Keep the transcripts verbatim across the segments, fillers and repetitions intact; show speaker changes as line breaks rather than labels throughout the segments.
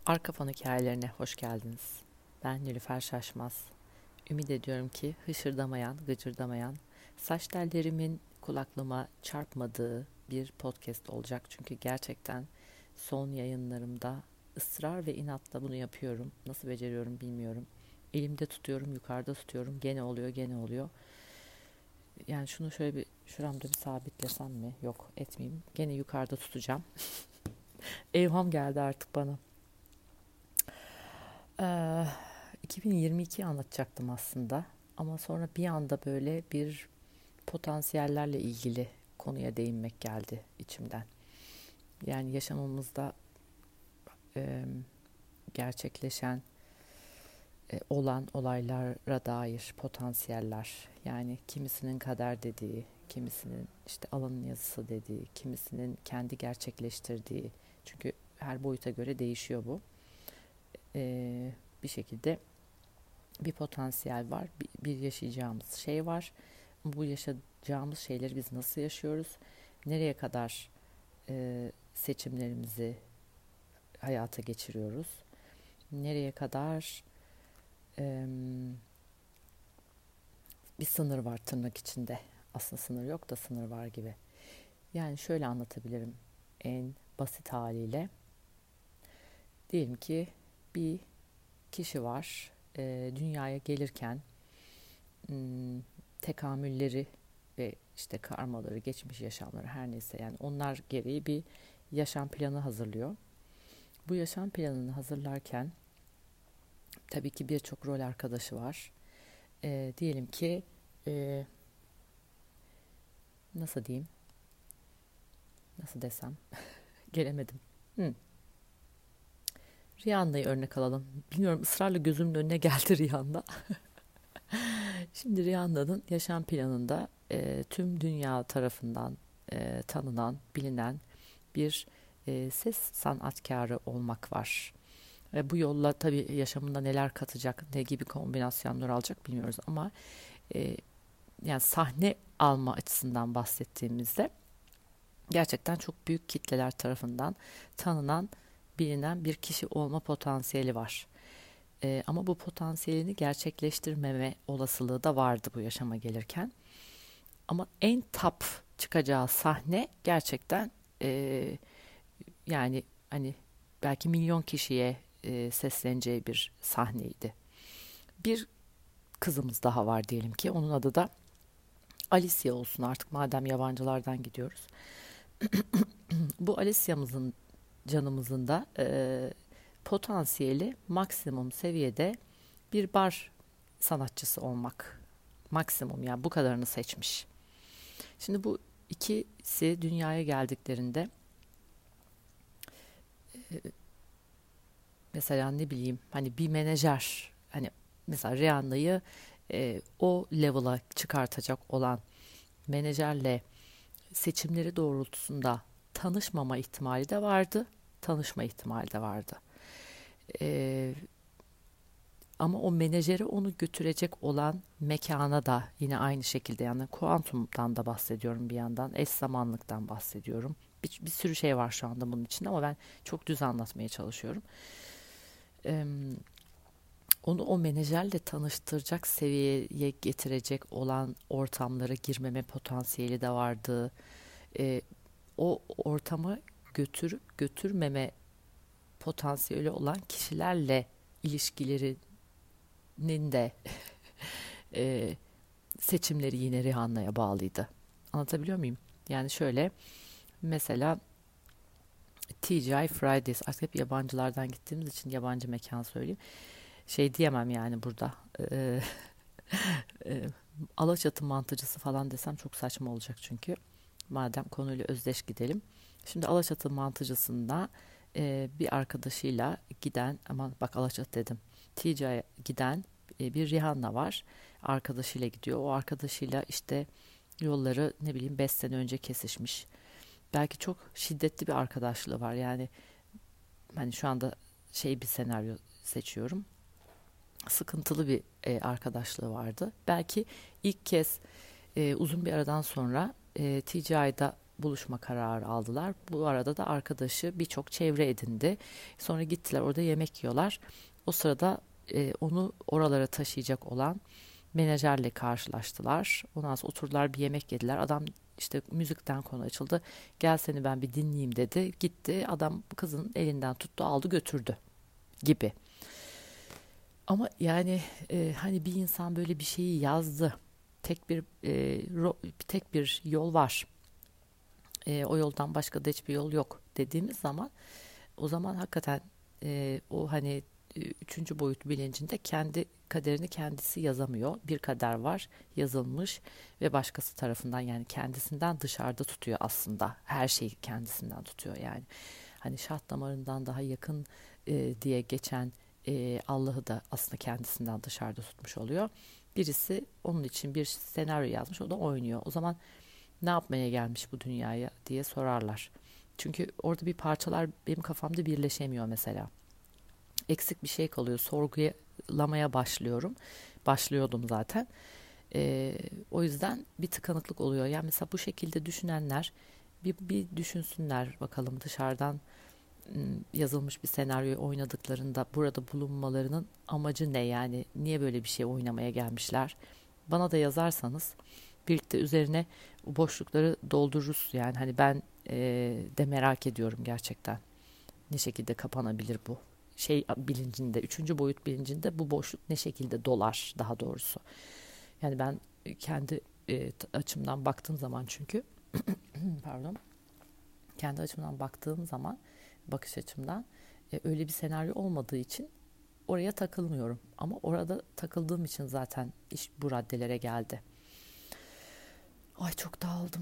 Arka Fon Hikayelerine hoş geldiniz. Ben Nilüfer Şaşmaz. Ümit ediyorum ki hışırdamayan, gıcırdamayan, saç tellerimin kulaklığıma çarpmadığı bir podcast olacak. Çünkü gerçekten son yayınlarımda ısrar ve inatla bunu yapıyorum. Nasıl beceriyorum bilmiyorum. Elimde tutuyorum, yukarıda tutuyorum. Gene oluyor, gene oluyor. Yani şunu şöyle bir şuramda bir sabitlesem mi? Yok, etmeyeyim. Gene yukarıda tutacağım. Evham geldi artık bana. Ee, iki bin yirmi ikiyi anlatacaktım aslında ama sonra bir anda böyle bir potansiyellerle ilgili konuya değinmek geldi içimden. Yani yaşamımızda e, gerçekleşen e, olan olaylara dair potansiyeller. Yani kimisinin kader dediği, kimisinin işte alın yazısı dediği, kimisinin kendi gerçekleştirdiği. Çünkü her boyuta göre değişiyor bu. Ee, bir şekilde bir potansiyel var, bir, bir yaşayacağımız şey var. Bu yaşayacağımız şeyleri biz nasıl yaşıyoruz? Nereye kadar e, seçimlerimizi hayata geçiriyoruz? Nereye kadar e, bir sınır var tırnak içinde. Aslında sınır yok da sınır var gibi. Yani şöyle anlatabilirim en basit haliyle. Diyelim ki bir kişi var. E, dünyaya gelirken hmm, tekamülleri ve işte karmaları, geçmiş yaşamları her neyse yani onlar gereği bir yaşam planı hazırlıyor. Bu yaşam planını hazırlarken tabii ki birçok rol arkadaşı var. E, diyelim ki e, nasıl diyeyim, nasıl desem gelemedim. Hmm. Rihanna'yı örnek alalım. Bilmiyorum, ısrarla gözümün önüne geldi Rihanna. Şimdi Rihanna'nın yaşam planında e, tüm dünya tarafından e, tanınan, bilinen bir e, ses sanatkarı olmak var. Ve bu yolla tabii yaşamında neler katacak, ne gibi kombinasyonlar alacak bilmiyoruz ama e, yani sahne alma açısından bahsettiğimizde gerçekten çok büyük kitleler tarafından tanınan, bilinen bir kişi olma potansiyeli var. E, ama bu potansiyelini gerçekleştirmeme olasılığı da vardı bu yaşama gelirken. Ama en top çıkacağı sahne gerçekten e, yani hani belki milyon kişiye e, sesleneceği bir sahneydi. Bir kızımız daha var diyelim ki, onun adı da Alicia olsun artık madem yabancılardan gidiyoruz. Bu Alicia'mızın, canımızın da e, potansiyeli maksimum seviyede bir bar sanatçısı olmak. Maksimum, yani bu kadarını seçmiş. Şimdi bu ikisi dünyaya geldiklerinde e, mesela ne bileyim hani bir menajer, hani mesela Rihanna'yı e, o level'a çıkartacak olan menajerle seçimleri doğrultusunda tanışmama ihtimali de vardı, tanışma ihtimali de vardı. E, Ama o menajeri onu götürecek olan mekana da yine aynı şekilde, yani kuantumdan da bahsediyorum bir yandan, eş zamanlıktan bahsediyorum. Bir, bir sürü şey var şu anda bunun içinde ama ben çok düz anlatmaya çalışıyorum. Ee, Onu o menajerle tanıştıracak seviyeye getirecek olan ortamlara girmeme potansiyeli de vardı. Ee, O ortama götürüp götürmeme potansiyeli olan kişilerle ilişkilerinin de e, seçimleri yine Rihanna'ya bağlıydı. Anlatabiliyor muyum? Yani şöyle, mesela T G I Fridays, artık hep yabancılardan gittiğimiz için yabancı mekan söyleyeyim. Şey diyemem yani burada. E, e, Alaçatı mantıcısı falan desem çok saçma olacak çünkü. Madem konuyla özdeş gidelim. Şimdi Alaçatı mantıcısında e, bir arkadaşıyla giden, aman bak Alaçatı dedim. T G I'ye giden e, bir Rihanna var. Arkadaşıyla gidiyor. O arkadaşıyla işte yolları ne bileyim beş sene önce kesişmiş. Belki çok şiddetli bir arkadaşlığı var. Yani hani şu anda şey bir senaryo seçiyorum. Sıkıntılı bir e, arkadaşlığı vardı. Belki ilk kez e, uzun bir aradan sonra e, T G I'da buluşma kararı aldılar. Bu arada da arkadaşı birçok çevre edindi. Sonra gittiler, orada yemek yiyorlar. O sırada e, onu oralara taşıyacak olan menajerle karşılaştılar. Ondan sonra oturdular, bir yemek yediler. Adam işte müzikten konu açıldı. Gel seni ben bir dinleyeyim dedi. Gitti, adam kızın elinden tuttu, aldı götürdü gibi. Ama yani e, hani bir insan böyle bir şeyi yazdı. Tek bir e, ro- tek bir yol var. E, o yoldan başka da hiçbir yol yok dediğimiz zaman, o zaman hakikaten e, o hani e, üçüncü boyut bilincinde kendi kaderini kendisi yazamıyor. Bir kader var, yazılmış ve başkası tarafından, yani kendisinden dışarıda tutuyor aslında. Her şeyi kendisinden tutuyor yani. Hani şah damarından daha yakın e, diye geçen e, Allah'ı da aslında kendisinden dışarıda tutmuş oluyor. Birisi onun için bir senaryo yazmış, o da oynuyor. O zaman ne yapmaya gelmiş bu dünyaya diye sorarlar. Çünkü orada bir parçalar benim kafamda birleşemiyor mesela. Eksik bir şey kalıyor. Sorgulamaya başlıyorum. Başlıyordum zaten. Ee, o yüzden bir tıkanıklık oluyor. Yani mesela bu şekilde düşünenler bir, bir düşünsünler bakalım, dışarıdan ım, yazılmış bir senaryoyu oynadıklarında burada bulunmalarının amacı ne, yani niye böyle bir şey oynamaya gelmişler? Bana da yazarsanız birlikte üzerine o boşlukları doldururuz. Yani hani ben e, de merak ediyorum gerçekten. Ne şekilde kapanabilir bu? Şey bilincinde, üçüncü boyut bilincinde bu boşluk ne şekilde dolar daha doğrusu. Yani ben kendi e, açımdan baktığım zaman, çünkü pardon, kendi açımdan baktığım zaman, bakış açımdan e, öyle bir senaryo olmadığı için oraya takılmıyorum. Ama orada takıldığım için zaten iş bu raddelere geldi. Ay çok dağıldım.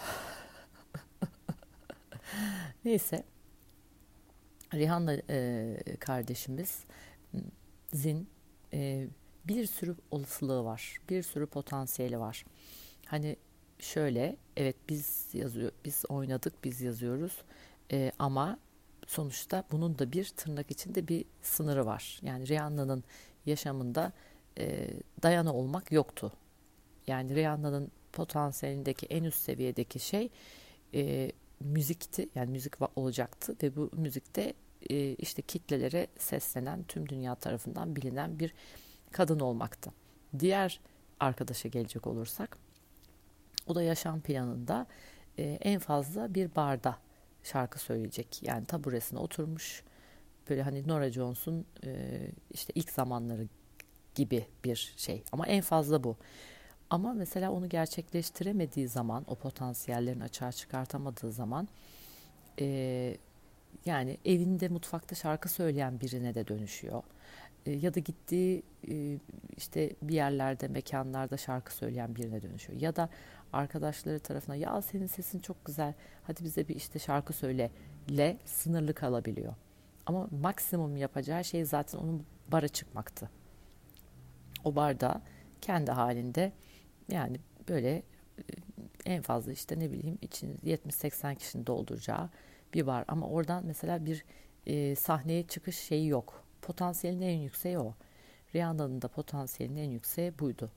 Neyse, Rihanna e, kardeşimiz Zin e, bir sürü olasılığı var. Bir sürü potansiyeli var. Hani şöyle, evet biz yazıyor, biz oynadık, biz yazıyoruz. E, ama sonuçta bunun da bir tırnak içinde bir sınırı var. Yani Rihanna'nın yaşamında e, Dayana olmak yoktu. Yani Rihanna'nın potansiyelindeki en üst seviyedeki şey e, müzikti. Yani müzik olacaktı ve bu müzikte e, işte kitlelere seslenen, tüm dünya tarafından bilinen bir kadın olmaktı. Diğer arkadaşa gelecek olursak, o da yaşam planında e, en fazla bir barda şarkı söyleyecek. Yani taburesine oturmuş, böyle hani Norah Jones'un e, işte ilk zamanları gibi bir şey. Ama en fazla bu. Ama mesela onu gerçekleştiremediği zaman, o potansiyellerini açığa çıkartamadığı zaman e, yani evinde mutfakta şarkı söyleyen birine de dönüşüyor. E, ya da gittiği e, işte bir yerlerde, mekanlarda şarkı söyleyen birine dönüşüyor. Ya da arkadaşları tarafından ya senin sesin çok güzel, hadi bize bir işte şarkı söyle le sınırlı kalabiliyor. Ama maksimum yapacağı şey zaten onun bara çıkmaktı. O barda kendi halinde, yani böyle e, en fazla işte ne bileyim için yetmiş seksen kişinin dolduracağı bir bar. Ama oradan mesela bir e, sahneye çıkış şeyi yok. Potansiyelin en yükseği o. Rihanna'nın da potansiyelinin en yükseği buydu.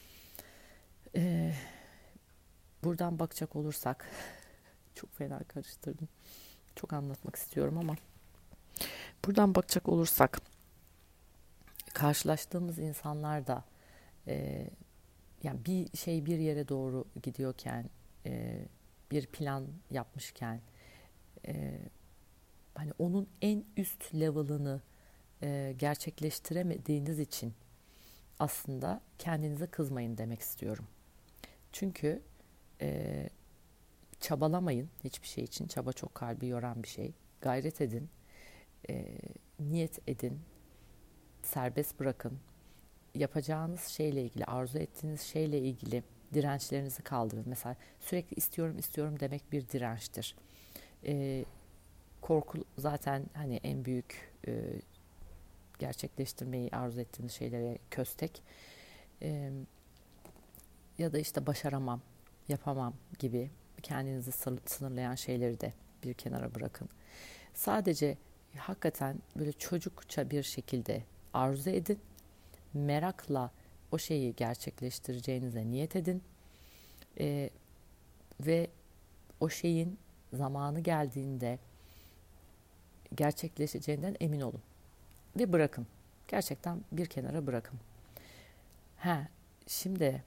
E, buradan bakacak olursak çok fena karıştırdım. Çok anlatmak istiyorum ama buradan bakacak olursak karşılaştığımız insanlar da e, yani bir şey bir yere doğru gidiyorken, e, bir plan yapmışken, e, hani onun en üst level'ını e, gerçekleştiremediğiniz için aslında kendinize kızmayın demek istiyorum. Çünkü e, çabalamayın hiçbir şey için. Çaba çok kalbi yoran bir şey. Gayret edin, e, niyet edin, serbest bırakın. Yapacağınız şeyle ilgili, arzu ettiğiniz şeyle ilgili dirençlerinizi kaldırın. Mesela sürekli istiyorum istiyorum demek bir dirençtir. E, korku zaten hani en büyük e, gerçekleştirmeyi arzu ettiğiniz şeylere köstek. E, ya da işte başaramam, yapamam gibi kendinizi sınırlayan şeyleri de bir kenara bırakın. Sadece hakikaten böyle çocukça bir şekilde arzu edin. Merakla o şeyi gerçekleştireceğinize niyet edin. E, ve o şeyin zamanı geldiğinde gerçekleşeceğinden emin olun ve bırakın. Gerçekten bir kenara bırakın. Ha, şimdi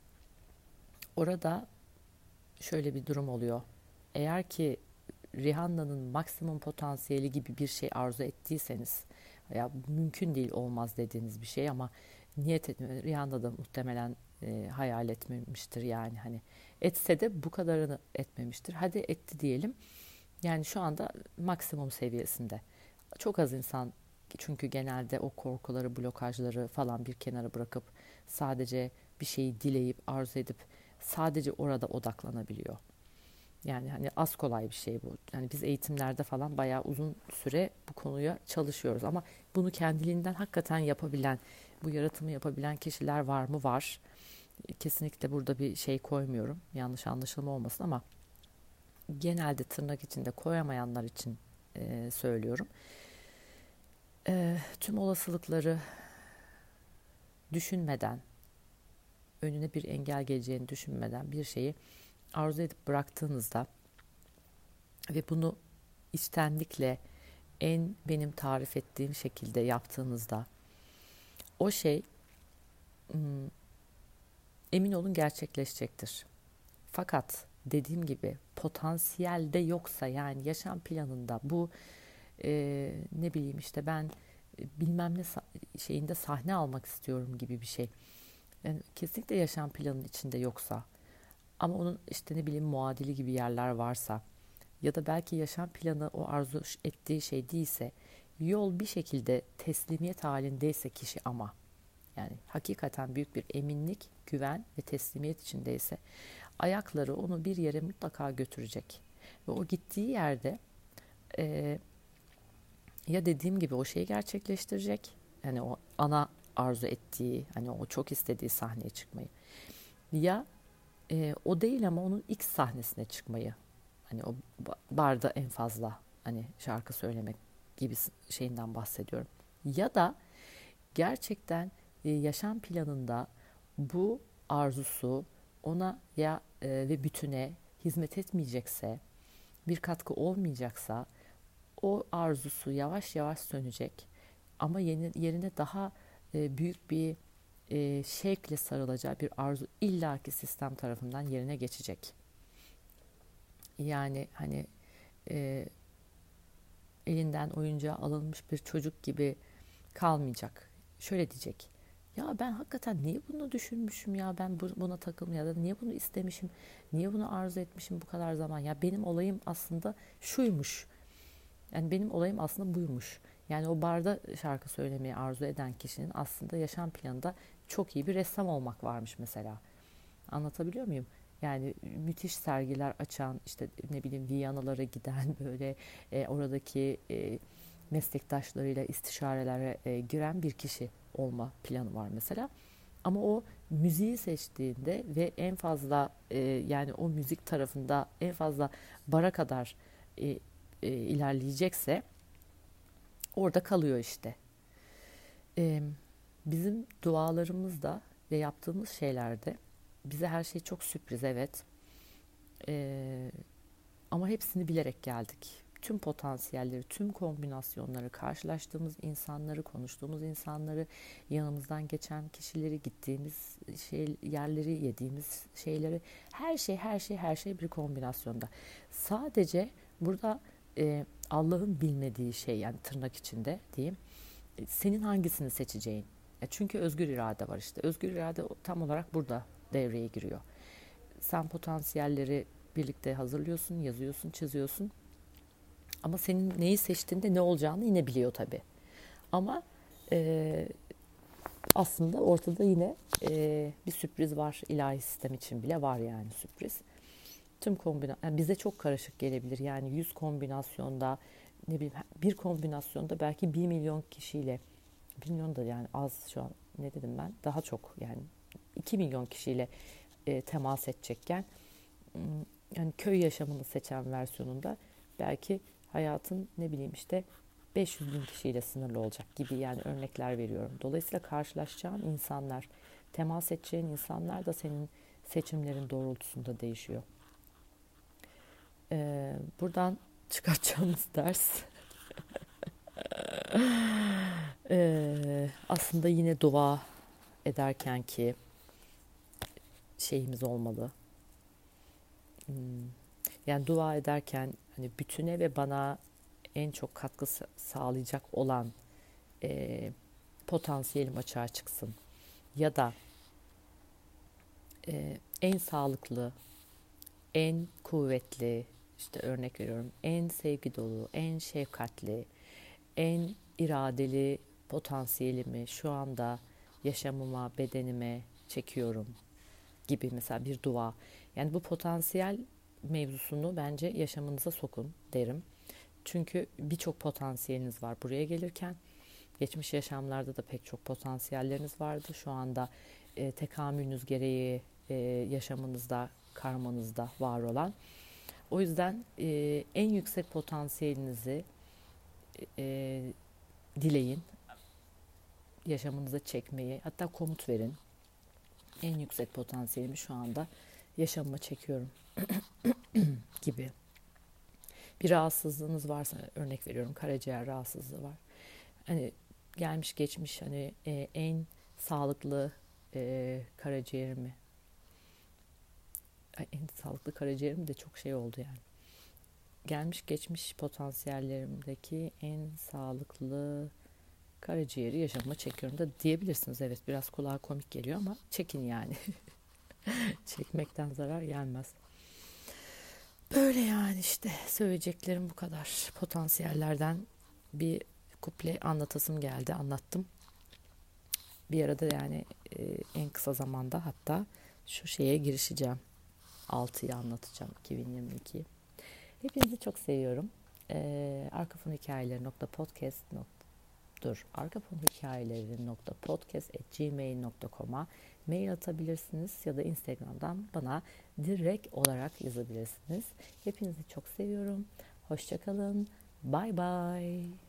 orada şöyle bir durum oluyor. Eğer ki Rihanna'nın maksimum potansiyeli gibi bir şey arzu ettiyseniz, ya mümkün değil, olmaz dediğiniz bir şey ama niyet etmiyor. Rihanna da muhtemelen e, hayal etmemiştir yani, hani etse de bu kadarını etmemiştir. Hadi etti diyelim. Yani şu anda maksimum seviyesinde. Çok az insan, çünkü genelde o korkuları, blokajları falan bir kenara bırakıp sadece bir şeyi dileyip, arzu edip sadece orada odaklanabiliyor. Yani hani az kolay bir şey bu. Yani biz eğitimlerde falan bayağı uzun süre bu konuya çalışıyoruz ama bunu kendiliğinden hakikaten yapabilen, bu yaratımı yapabilen kişiler var mı? Var. Kesinlikle burada bir şey koymuyorum. Yanlış anlaşılma olmasın ama genelde tırnak içinde koyamayanlar için e, söylüyorum. E, tüm olasılıkları düşünmeden, önüne bir engel geleceğini düşünmeden bir şeyi arzu edip bıraktığınızda ve bunu içtenlikle en benim tarif ettiğim şekilde yaptığınızda o şey hmm, emin olun gerçekleşecektir. Fakat dediğim gibi potansiyelde yoksa, yani yaşam planında bu e, ne bileyim işte ben e, bilmem ne sa- şeyinde sahne almak istiyorum gibi bir şey. Yani kesinlikle yaşam planının içinde yoksa ama onun işte ne bileyim muadili gibi yerler varsa ya da belki yaşam planı o arzu ettiği şey değilse, yol bir şekilde teslimiyet halindeyse kişi, ama yani hakikaten büyük bir eminlik, güven ve teslimiyet içindeyse ayakları onu bir yere mutlaka götürecek. Ve o gittiği yerde e, ya dediğim gibi o şeyi gerçekleştirecek. Yani o ana arzu ettiği, hani o çok istediği sahneye çıkmayı. Ya e, o değil ama onun ilk sahnesine çıkmayı. Hani o barda en fazla hani şarkı söylemek gibi şeyinden bahsediyorum. Ya da gerçekten e, yaşam planında bu arzusu ona ya e, ve bütüne hizmet etmeyecekse, bir katkı olmayacaksa o arzusu yavaş yavaş sönecek. Ama yeni, yerine daha e, büyük bir e, şevkle sarılacağı bir arzu illaki sistem tarafından yerine geçecek. Yani hani e, elinden oyuncağı alınmış bir çocuk gibi kalmayacak. Şöyle diyecek: ya ben hakikaten niye bunu düşünmüşüm, ya ben buna takıldım, ya da niye bunu istemişim, niye bunu arzu etmişim bu kadar zaman, ya benim olayım aslında şuymuş, yani benim olayım aslında buymuş. Yani o barda şarkı söylemeyi arzu eden kişinin aslında yaşam planında çok iyi bir ressam olmak varmış mesela. Anlatabiliyor muyum? Yani müthiş sergiler açan, işte ne bileyim Viyanalara giden, böyle e, oradaki e, meslektaşlarıyla istişarelere e, giren bir kişi olma planı var mesela. Ama o müziği seçtiğinde ve en fazla e, yani o müzik tarafında en fazla bara kadar e, e, ilerleyecekse orada kalıyor işte. E, Bizim dualarımızda ve yaptığımız şeylerde bize her şey çok sürpriz, evet. E, Ama hepsini bilerek geldik. Tüm potansiyelleri, tüm kombinasyonları, karşılaştığımız insanları, konuştuğumuz insanları, yanımızdan geçen kişileri, gittiğimiz şey, yerleri, yediğimiz şeyleri, her şey, her şey, her şey bir kombinasyonda. Sadece burada e, Allah'ın bilmediği şey, yani tırnak içinde diyeyim, e, senin hangisini seçeceğin. E, çünkü özgür irade var işte. Özgür irade tam olarak burada devreye giriyor. Sen potansiyelleri birlikte hazırlıyorsun, yazıyorsun, çiziyorsun. Ama senin neyi seçtiğinde ne olacağını yine biliyor tabii. Ama e, aslında ortada yine e, bir sürpriz var. İlahi sistem için bile var yani sürpriz. Tüm kombina yani bize çok karışık gelebilir. Yani yüz kombinasyonda, ne bileyim, bir kombinasyonda belki bir milyon kişiyle, bir milyon da yani az şu an, ne dedim ben, daha çok yani iki milyon kişiyle e, temas edecekken, yani köy yaşamını seçen versiyonunda belki hayatın ne bileyim işte beş yüz bin kişiyle sınırlı olacak gibi, yani örnekler veriyorum. Dolayısıyla karşılaşacağın insanlar, temas edeceğin insanlar da senin seçimlerin doğrultusunda değişiyor. Ee, buradan çıkartacağımız ders ee, aslında yine dua ederken ki şeyimiz olmalı. Hmm, Yani dua ederken hani bütüne ve bana en çok katkı sağlayacak olan e, potansiyelim açığa çıksın. Ya da e, en sağlıklı, en kuvvetli, işte örnek veriyorum, en sevgi dolu, en şefkatli, en iradeli potansiyelimi şu anda yaşamıma, bedenime çekiyorum gibi mesela bir dua. Yani bu potansiyel mevzusunu bence yaşamınıza sokun derim. Çünkü birçok potansiyeliniz var buraya gelirken. Geçmiş yaşamlarda da pek çok potansiyelleriniz vardı. Şu anda e, tekamülünüz gereği e, yaşamınızda, karmanızda var olan. O yüzden e, en yüksek potansiyelinizi e, dileyin, yaşamınıza çekmeyi, hatta komut verin. En yüksek potansiyelimi şu anda yaşamıma çekiyorum gibi. Bir rahatsızlığınız varsa, örnek veriyorum, karaciğer rahatsızlığı var. Hani gelmiş geçmiş hani e, en sağlıklı e, karaciğerimi, ay, en sağlıklı karaciğerim de çok şey oldu yani. Gelmiş geçmiş potansiyellerimdeki en sağlıklı karaciğeri yaşamıma çekiyorum da diyebilirsiniz. Evet, biraz kulağa komik geliyor ama çekin yani. Çekmekten zarar gelmez. Böyle yani, işte söyleyeceklerim bu kadar. Potansiyellerden bir kuple anlatasım geldi, anlattım. Bir arada yani e, en kısa zamanda hatta şu şeye girişeceğim. altıyı anlatacağım, iki bin yirmi ikiyi. Hepinizi çok seviyorum. E, arkafonhikayeleri.podcast dur arkafonhikayeleri.podcast at gmail nokta com'a mail atabilirsiniz ya da Instagram'dan bana direkt olarak yazabilirsiniz. Hepinizi çok seviyorum. Hoşça kalın. Bye bye.